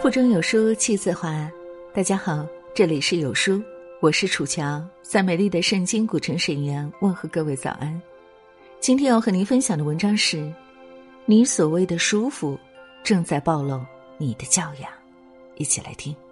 腹中有书气自华。大家好，这里是有书，我是楚乔，在美丽的圣经古城沈阳问候各位早安。今天要和您分享的文章是：你所谓的舒服正在暴露你的教养。一起来听。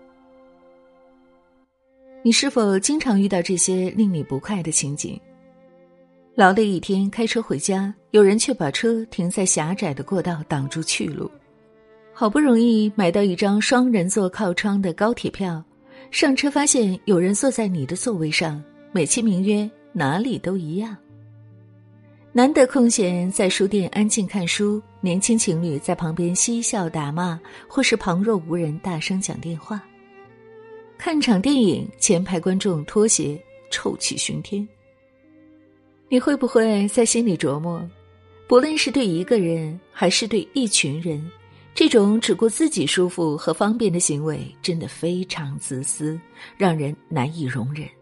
你是否经常遇到这些令你不快的情景？劳累一天开车回家，有人却把车停在狭窄的过道挡住去路。好不容易买到一张双人座靠窗的高铁票，上车发现有人坐在你的座位上，美其名曰哪里都一样。难得空闲在书店安静看书，年轻情侣在旁边嬉笑打骂，或是旁若无人大声讲电话。看场电影，前排观众拖鞋臭气熏天。你会不会在心里琢磨，不论是对一个人还是对一群人，这种只顾自己舒服和方便的行为真的非常自私，让人难以容忍。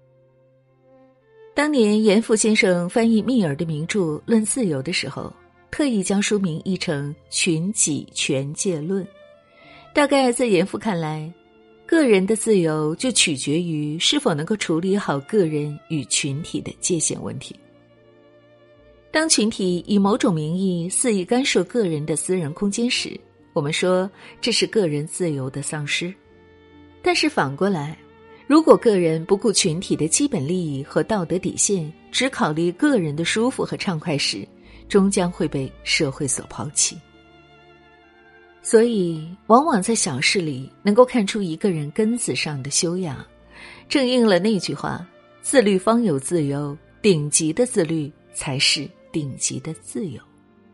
当年严复先生翻译密尔的名著《论自由》的时候，特意将书名译成《群己权界论》。大概在严复看来，个人的自由就取决于是否能够处理好个人与群体的界限问题。当群体以某种名义肆意干涉个人的私人空间时，我们说这是个人自由的丧失。但是反过来，如果个人不顾群体的基本利益和道德底线，只考虑个人的舒服和畅快时，终将会被社会所抛弃。所以往往在小事里能够看出一个人根子上的修养，正应了那句话：自律方有自由，顶级的自律才是顶级的自由。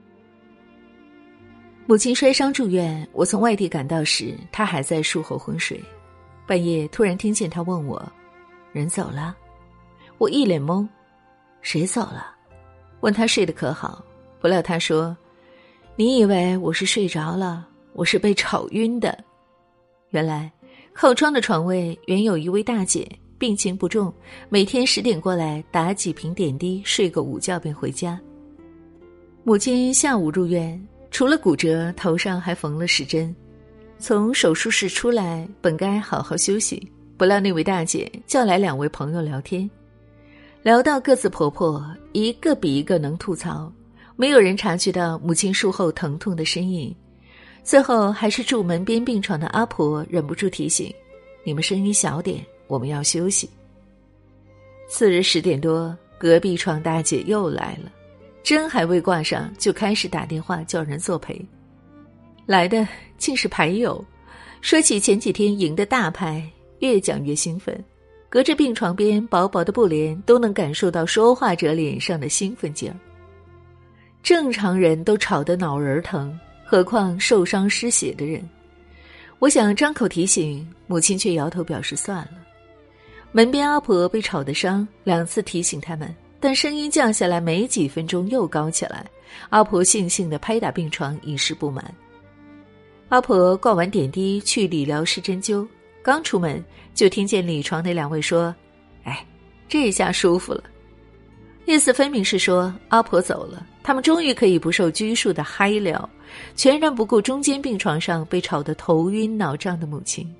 母亲摔伤住院，我从外地赶到时，她还在术后昏睡。半夜突然听见她问我：人走了？我一脸懵，谁走了？问她睡得可好，不料她说：你以为我是睡着了，我是被吵晕的。原来靠窗的床位原有一位大姐，病情不重，每天10点过来打几瓶点滴，睡个午觉便回家。母亲下午入院，除了骨折，头上还缝了10针。从手术室出来，本该好好休息，不料那位大姐叫来2位朋友聊天，聊到各自婆婆，一个比一个能吐槽，没有人察觉到母亲术后疼痛的身影。最后还是住门边病床的阿婆忍不住提醒：你们声音小点，我们要休息。次日10点多，隔壁床大姐又来了，针还未挂上，就开始打电话叫人作陪。来的竟是牌友，说起前几天赢的大牌，越讲越兴奋，隔着病床边薄薄的布帘都能感受到说话者脸上的兴奋劲儿。正常人都吵得脑仁疼，何况受伤失血的人。我想张口提醒，母亲却摇头表示算了。门边阿婆被吵得伤，2次提醒他们，但声音降下来没几分钟又高起来。阿婆悻悻地拍打病床以示不满。阿婆挂完点滴去理疗室针灸，刚出门就听见里床那2位说：哎，这下舒服了。意思分明是说阿婆走了，他们终于可以不受拘束的嗨聊，全然不顾中间病床上被吵得头晕脑胀的母亲。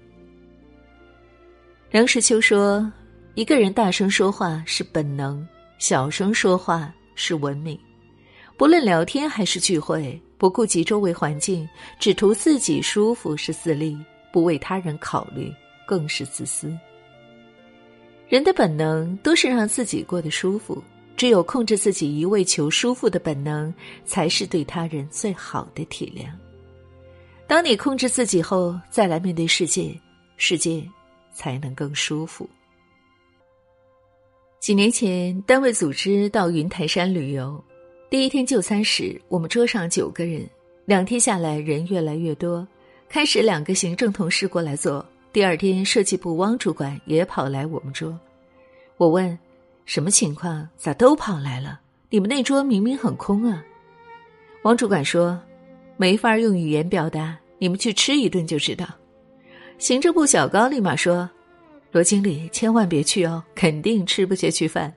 梁实秋说，一个人大声说话是本能，小声说话是文明。不论聊天还是聚会，不顾及周围环境，只图自己舒服是自利，不为他人考虑更是自私。人的本能都是让自己过得舒服，只有控制自己一味求舒服的本能，才是对他人最好的体谅。当你控制自己后，再来面对世界，世界才能更舒服。几年前，单位组织到云台山旅游，第1天就餐时，我们桌上9个人，2天下来人越来越多。开始2个行政同事过来坐，第2天设计部汪主管也跑来我们桌。我问：什么情况？咋都跑来了？你们那桌明明很空啊。汪主管说：没法用语言表达，你们去吃一顿就知道。行政部小高立马说：罗经理千万别去哦，肯定吃不下去饭。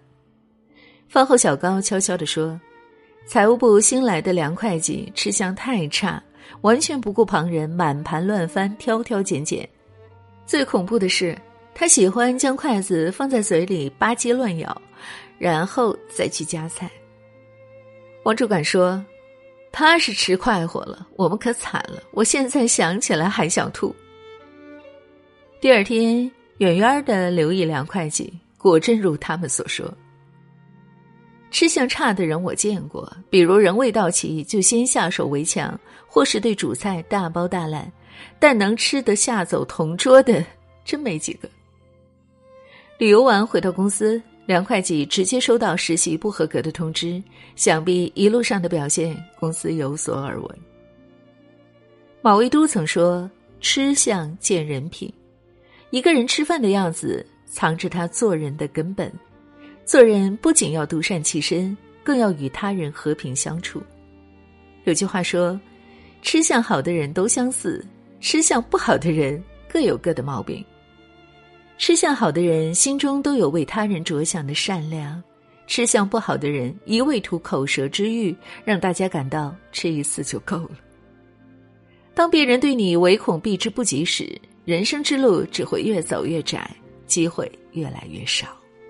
饭后小高悄悄地说：财务部新来的梁会计吃相太差， 完全不顾旁人，满盘乱翻，挑挑拣拣。最恐怖的是，他喜欢将筷子放在嘴里吧唧乱咬，然后再去夹菜。王主管说，他是吃快活了，我们可惨了，我现在想起来还想吐。第二天，远远的刘义良会计果真如他们所说。吃相差的人我见过，比如人未到齐就先下手为强，或是对主菜大包大揽，但能吃得下走同桌的真没几个。旅游完回到公司，梁会计直接收到实习不合格的通知，想必一路上的表现公司有所耳闻。马未都曾说，吃相见人品，一个人吃饭的样子藏着他做人的根本。做人不仅要独善其身，更要与他人和平相处。有句话说，吃相好的人都相似，吃相不好的人各有各的毛病。吃相好的人心中都有为他人着想的善良，吃相不好的人一味图口舌之欲，让大家感到吃一次就够了。当别人对你唯恐避之不及时，人生之路只会越走越窄，机会越来越少。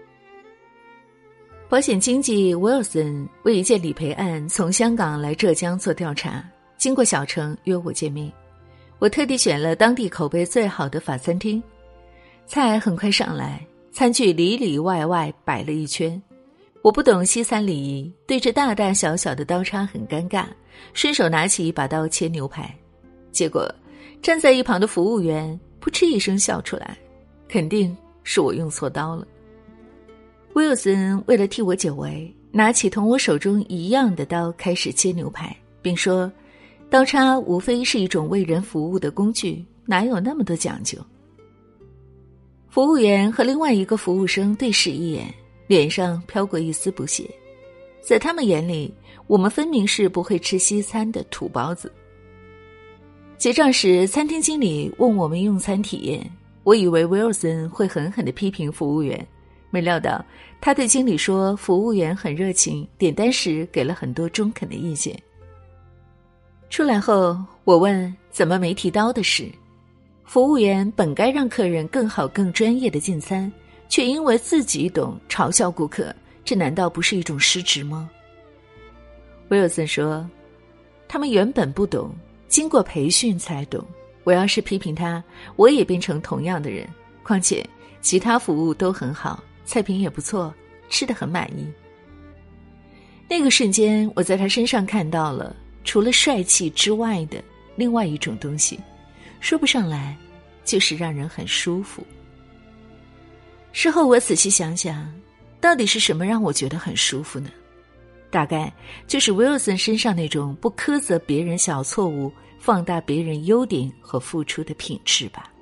保险经纪威尔森为一件理赔案从香港来浙江做调查，经过小城约我见面。我特地选了当地口碑最好的法餐厅，菜很快上来，餐具里里外外摆了一圈。我不懂西餐礼仪，对着大大小小的刀叉很尴尬，顺手拿起一把刀切牛排。结果站在一旁的服务员扑哧一声笑出来，肯定是我用错刀了。威尔森为了替我解围，拿起同我手中一样的刀开始切牛排，并说，刀叉无非是一种为人服务的工具，哪有那么多讲究。服务员和另外一个服务生对视一眼，脸上飘过一丝不屑。在他们眼里，我们分明是不会吃西餐的土包子。结账时，餐厅经理问我们用餐体验，我以为威尔森会狠狠地批评服务员，没料到他对经理说，服务员很热情，点单时给了很多中肯的意见。出来后，我问怎么没提刀的事，服务员本该让客人更好更专业的进餐，却因为自己懂嘲笑顾客，这难道不是一种失职吗？威尔森说，他们原本不懂，经过培训才懂，我要是批评他，我也变成同样的人，况且其他服务都很好，菜品也不错，吃得很满意。那个瞬间，我在他身上看到了除了帅气之外的另外一种东西，说不上来，就是让人很舒服。事后我仔细想想，到底是什么让我觉得很舒服呢？大概就是威尔森身上那种不苛责别人小错误，放大别人优点和付出的品质吧。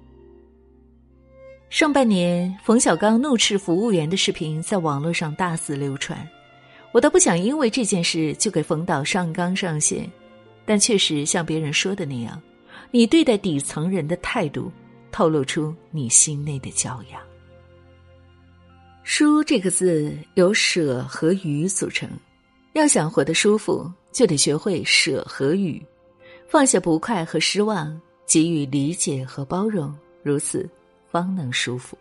上半年，冯小刚怒斥服务员的视频在网络上大肆流传，我倒不想因为这件事就给冯导上纲上线，但确实像别人说的那样，你对待底层人的态度，透露出你心内的教养。舒这个字由舍和予组成，要想活得舒服，就得学会舍和予，放下不快和失望，给予理解和包容，如此方能舒服。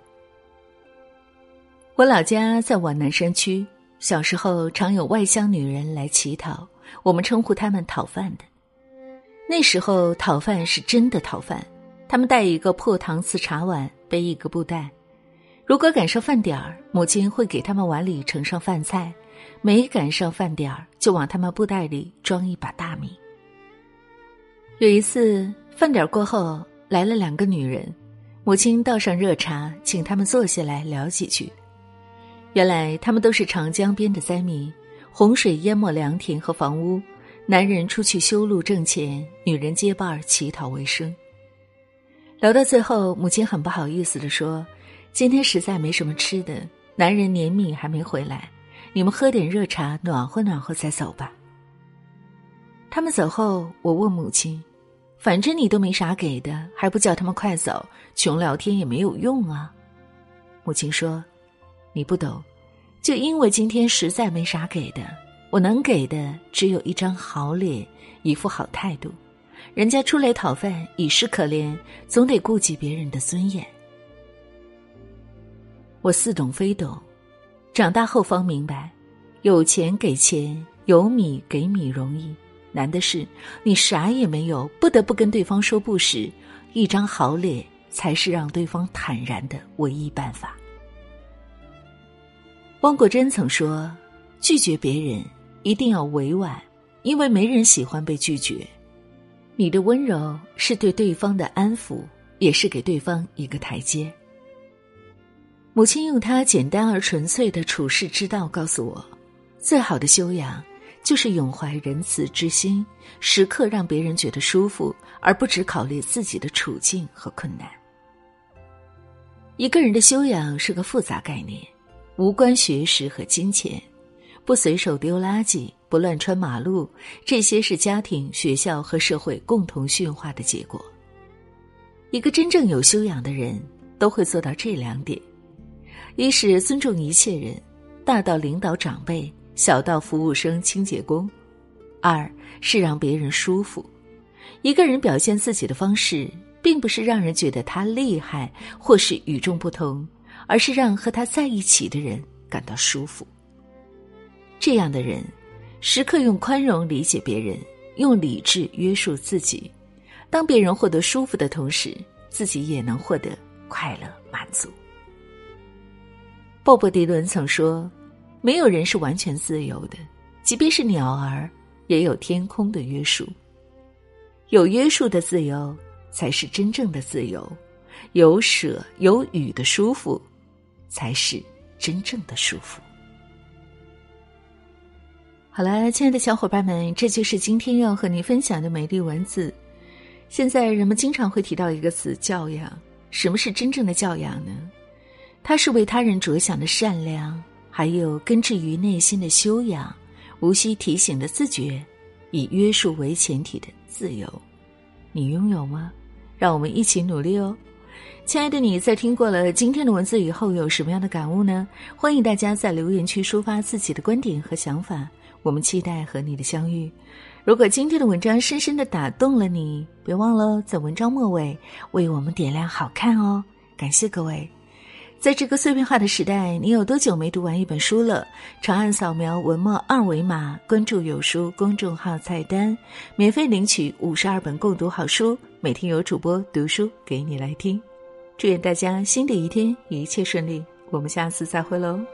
我老家在皖南山区，小时候常有外乡女人来乞讨，我们称呼她们讨饭的。那时候讨饭是真的讨饭，她们带一个破搪瓷茶碗，背一个布袋。如果赶上饭点儿，母亲会给他们碗里盛上饭菜，没赶上饭点儿，就往他们布袋里装一把大米。有一次饭点过后，来了2个女人，母亲倒上热茶，请他们坐下来聊几句。原来他们都是长江边的灾民，洪水淹没良田和房屋，男人出去修路挣钱，女人结伴乞讨为生。聊到最后，母亲很不好意思地说，今天实在没什么吃的，男人年米还没回来，你们喝点热茶暖和暖和再走吧。他们走后，我问母亲，反正你都没啥给的，还不叫他们快走，穷聊天也没有用啊。母亲说，你不懂，就因为今天实在没啥给的，我能给的只有一张好脸，一副好态度， 人家出来讨饭已是可怜，总得顾及别人的尊严。我似懂非懂，长大后方明白，有钱给钱，有米给米容易，难的是你啥也没有，不得不跟对方说不时，一张好脸才是让对方坦然的唯一办法。汪国真曾说，拒绝别人一定要委婉，因为没人喜欢被拒绝。你的温柔是对对方的安抚，也是给对方一个台阶。母亲用她简单而纯粹的处世之道告诉我，最好的修养就是永怀仁慈之心，时刻让别人觉得舒服，而不只考虑自己的处境和困难。一个人的修养是个复杂概念，无关学识和金钱，不随手丢垃圾，不乱穿马路，这些是家庭、学校和社会共同驯化的结果。一个真正有修养的人都会做到这2点：一是尊重一切人，大到领导长辈，小到服务生、清洁工；二是让别人舒服。一个人表现自己的方式，并不是让人觉得他厉害或是与众不同，而是让和他在一起的人感到舒服。这样的人时刻用宽容理解别人，用理智约束自己，当别人获得舒服的同时，自己也能获得快乐满足。鲍勃迪伦曾说，没有人是完全自由的，即便是鸟儿也有天空的约束。有约束的自由才是真正的自由，有舍有予的舒服才是真正的舒服。好了，亲爱的小伙伴们，这就是今天要和你分享的美丽文字。现在人们经常会提到一个词，教养。什么是真正的教养呢？它是为他人着想的善良，还有根植于内心的修养，无需提醒的自觉，以约束为前提的自由。你拥有吗？让我们一起努力哦。亲爱的你，在听过了今天的文字以后，有什么样的感悟呢？欢迎大家在留言区抒发自己的观点和想法，我们期待和你的相遇。如果今天的文章深深地打动了你，别忘了在文章末尾为我们点亮好看哦。感谢各位。在这个碎片化的时代，你有多久没读完一本书了？长按扫描文末2维码，关注有书公众号菜单，免费领取52本共读好书，每天有主播读书给你来听。祝愿大家新的一天一切顺利，我们下次再会喽。